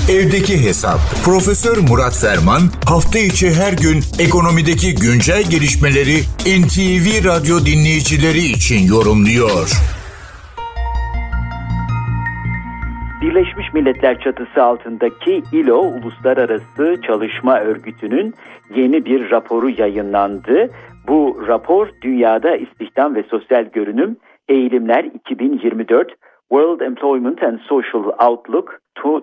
Evdeki Hesap. Profesör Murat Ferman hafta içi her gün ekonomideki güncel gelişmeleri NTV Radyo dinleyicileri için yorumluyor. Birleşmiş Milletler çatısı altındaki ILO Uluslararası Çalışma Örgütü'nün yeni bir raporu yayınlandı. Bu rapor dünyada istihdam ve sosyal görünüm eğilimler 2024 World Employment and Social Outlook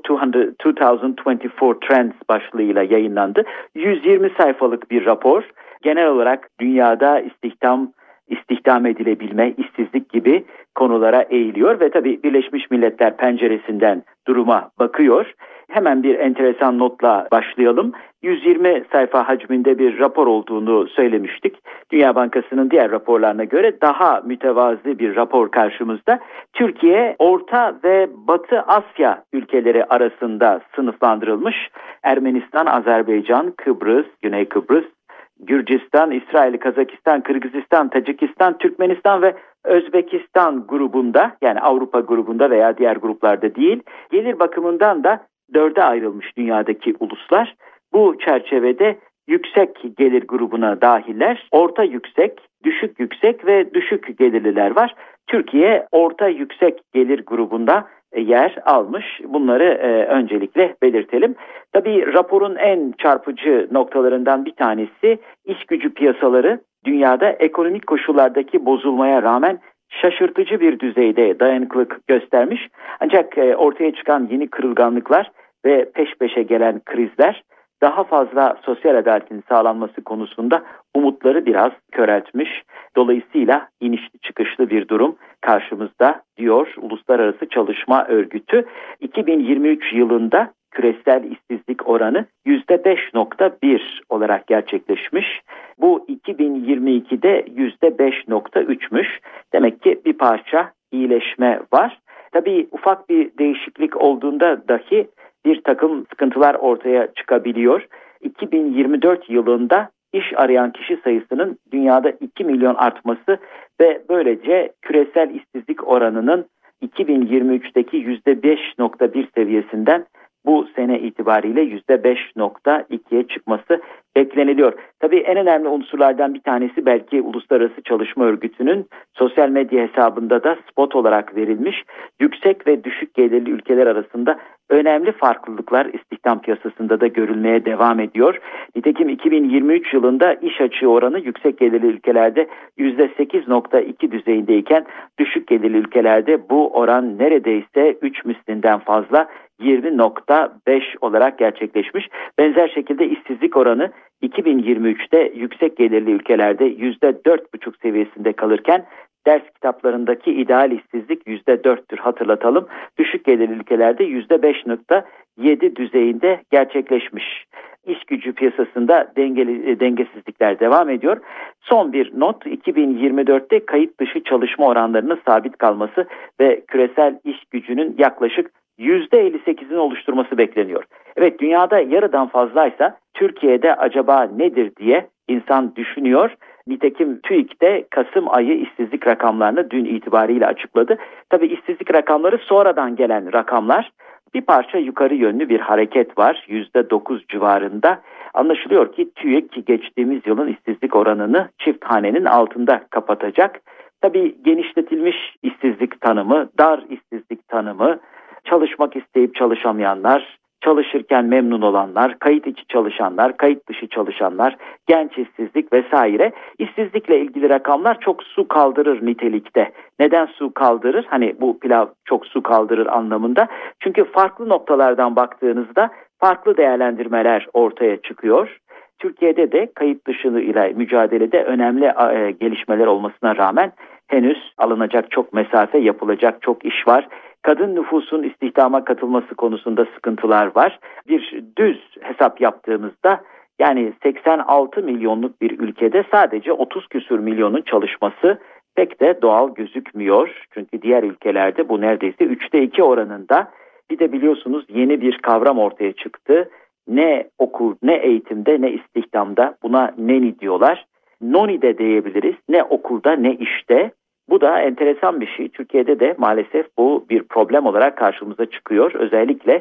2024 Trends başlığıyla yayınlandı. 120 sayfalık bir rapor. Genel olarak dünyada istihdam edilebilme, işsizlik gibi konulara eğiliyor ve tabii Birleşmiş Milletler penceresinden duruma bakıyor. Hemen bir enteresan notla başlayalım. 120 sayfa hacminde bir rapor olduğunu söylemiştik. Dünya Bankası'nın diğer raporlarına göre daha mütevazı bir rapor karşımızda. Türkiye, Orta ve Batı Asya ülkeleri arasında sınıflandırılmış. Ermenistan, Azerbaycan, Kıbrıs, Güney Kıbrıs, Gürcistan, İsrail, Kazakistan, Kırgızistan, Tacikistan, Türkmenistan ve Özbekistan grubunda, yani Avrupa grubunda veya diğer gruplarda değil, gelir bakımından da 4'e ayrılmış dünyadaki uluslar. Bu çerçevede yüksek gelir grubuna dahiller, orta yüksek, düşük ve düşük gelirliler var. Türkiye orta yüksek gelir grubunda yer almış. Bunları öncelikle belirtelim. Tabii raporun en çarpıcı noktalarından bir tanesi iş gücü piyasaları dünyada ekonomik koşullardaki bozulmaya rağmen şaşırtıcı bir düzeyde dayanıklılık göstermiş. Ancak ortaya çıkan yeni kırılganlıklar ve peş peşe gelen krizler daha fazla sosyal adaletin sağlanması konusunda umutları biraz köreltmiş. Dolayısıyla inişli çıkışlı bir durum karşımızda diyor Uluslararası Çalışma Örgütü. 2023 yılında küresel işsizlik oranı %5.1 olarak gerçekleşmiş. Bu 2022'de %5.3'müş. Demek ki bir parça iyileşme var. Tabii ufak bir değişiklik olduğunda dahi bir takım sıkıntılar ortaya çıkabiliyor. 2024 yılında iş arayan kişi sayısının dünyada 2 milyon artması ve böylece küresel işsizlik oranının 2023'teki %5.1 seviyesinden bu sene itibariyle %5.2'ye çıkması bekleniliyor. Tabii en önemli unsurlardan bir tanesi belki Uluslararası Çalışma Örgütü'nün sosyal medya hesabında da spot olarak verilmiş yüksek ve düşük gelirli ülkeler arasında önemli farklılıklar istihdam piyasasında da görülmeye devam ediyor. Nitekim 2023 yılında iş açığı oranı yüksek gelirli ülkelerde %8.2 düzeyindeyken düşük gelirli ülkelerde bu oran neredeyse 3 mislinden fazla 20.5 olarak gerçekleşmiş. Benzer şekilde işsizlik oranı 2023'te yüksek gelirli ülkelerde %4.5 seviyesinde kalırken ders kitaplarındaki ideal işsizlik %4'tür hatırlatalım. Düşük gelirli ülkelerde %5.7 düzeyinde gerçekleşmiş. İş gücü piyasasında dengesizlikler devam ediyor. Son bir not, 2024'te kayıt dışı çalışma oranlarının sabit kalması ve küresel iş gücünün yaklaşık %58'ini oluşturması bekleniyor. Evet, dünyada yarıdan fazlaysa Türkiye'de acaba nedir diye insan düşünüyor. Nitekim TÜİK de Kasım ayı işsizlik rakamlarını dün itibariyle açıkladı. Tabii işsizlik rakamları sonradan gelen rakamlar. Bir parça yukarı yönlü bir hareket var. %9 civarında. Anlaşılıyor ki TÜİK geçtiğimiz yılın işsizlik oranını çift hanenin altında kapatacak. Tabii genişletilmiş işsizlik tanımı, dar işsizlik tanımı, çalışmak isteyip çalışamayanlar, çalışırken memnun olanlar, kayıt içi çalışanlar, kayıt dışı çalışanlar, genç işsizlik vesaire. İşsizlikle ilgili rakamlar çok su kaldırır nitelikte. Neden su kaldırır? Hani bu pilav çok su kaldırır anlamında. Çünkü farklı noktalardan baktığınızda farklı değerlendirmeler ortaya çıkıyor. Türkiye'de de kayıt dışı ile mücadelede önemli gelişmeler olmasına rağmen henüz alınacak çok mesafe, yapılacak çok iş var. Kadın nüfusun istihdama katılması konusunda sıkıntılar var. Bir düz hesap yaptığımızda yani 86 milyonluk bir ülkede sadece 30 küsur milyonun çalışması pek de doğal gözükmüyor. Çünkü diğer ülkelerde bu neredeyse 3'te 2 oranında. Bir de biliyorsunuz yeni bir kavram ortaya çıktı. Ne okul, ne eğitimde, ne istihdamda buna neni diyorlar. Noni de diyebiliriz. Ne okulda, ne işte. Bu da enteresan bir şey. Türkiye'de de maalesef bu bir problem olarak karşımıza çıkıyor. Özellikle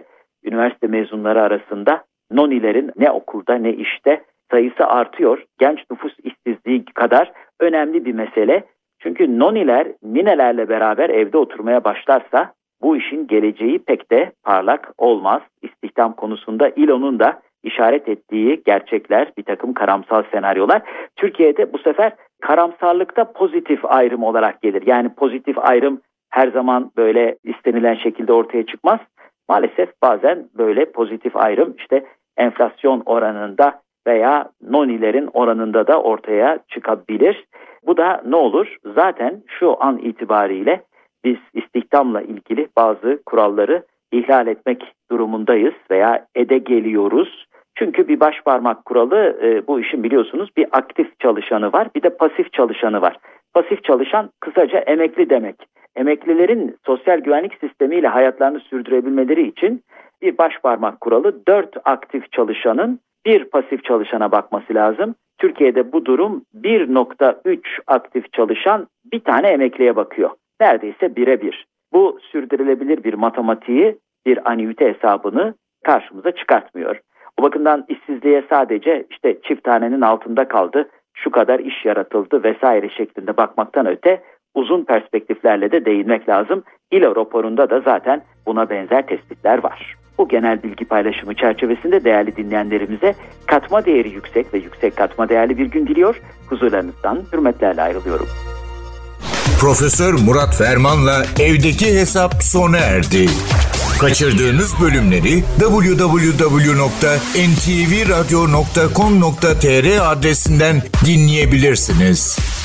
üniversite mezunları arasında nonilerin ne okulda ne işte sayısı artıyor. Genç nüfus işsizliği kadar önemli bir mesele. Çünkü noniler ninelerle beraber evde oturmaya başlarsa bu işin geleceği pek de parlak olmaz. İstihdam konusunda İLO'nun da işaret ettiği gerçekler, bir takım karamsal senaryolar. Türkiye'de bu sefer karamsarlıkta pozitif ayrım olarak gelir. Yani pozitif ayrım her zaman böyle istenilen şekilde ortaya çıkmaz. Maalesef bazen böyle pozitif ayrım işte enflasyon oranında veya nonilerin oranında da ortaya çıkabilir. Bu da ne olur? Zaten şu an itibariyle biz istihdamla ilgili bazı kuralları ihlal etmek durumundayız veya geliyoruz. Çünkü bir başparmak kuralı bu işin biliyorsunuz bir aktif çalışanı var, bir de pasif çalışanı var. Pasif çalışan kısaca emekli demek. Emeklilerin sosyal güvenlik sistemiyle hayatlarını sürdürebilmeleri için bir başparmak kuralı 4 aktif çalışanın bir pasif çalışana bakması lazım. Türkiye'de bu durum 1.3 aktif çalışan bir tane emekliye bakıyor. Neredeyse birebir. Bu sürdürülebilir bir matematiği, bir anüite hesabını karşımıza çıkartmıyor. O bakımdan işsizliğe sadece işte çift tanenin altında kaldı, şu kadar iş yaratıldı vesaire şeklinde bakmaktan öte uzun perspektiflerle de değinmek lazım. İLO raporunda da zaten buna benzer tespitler var. Bu genel bilgi paylaşımı çerçevesinde değerli dinleyenlerimize katma değeri yüksek ve yüksek katma değerli bir gün diliyor. Huzurlarınızdan hürmetlerle ayrılıyorum. Profesör Murat Ferman'la Evdeki Hesap sona erdi. Kaçırdığınız bölümleri www.ntvradio.com.tr adresinden dinleyebilirsiniz.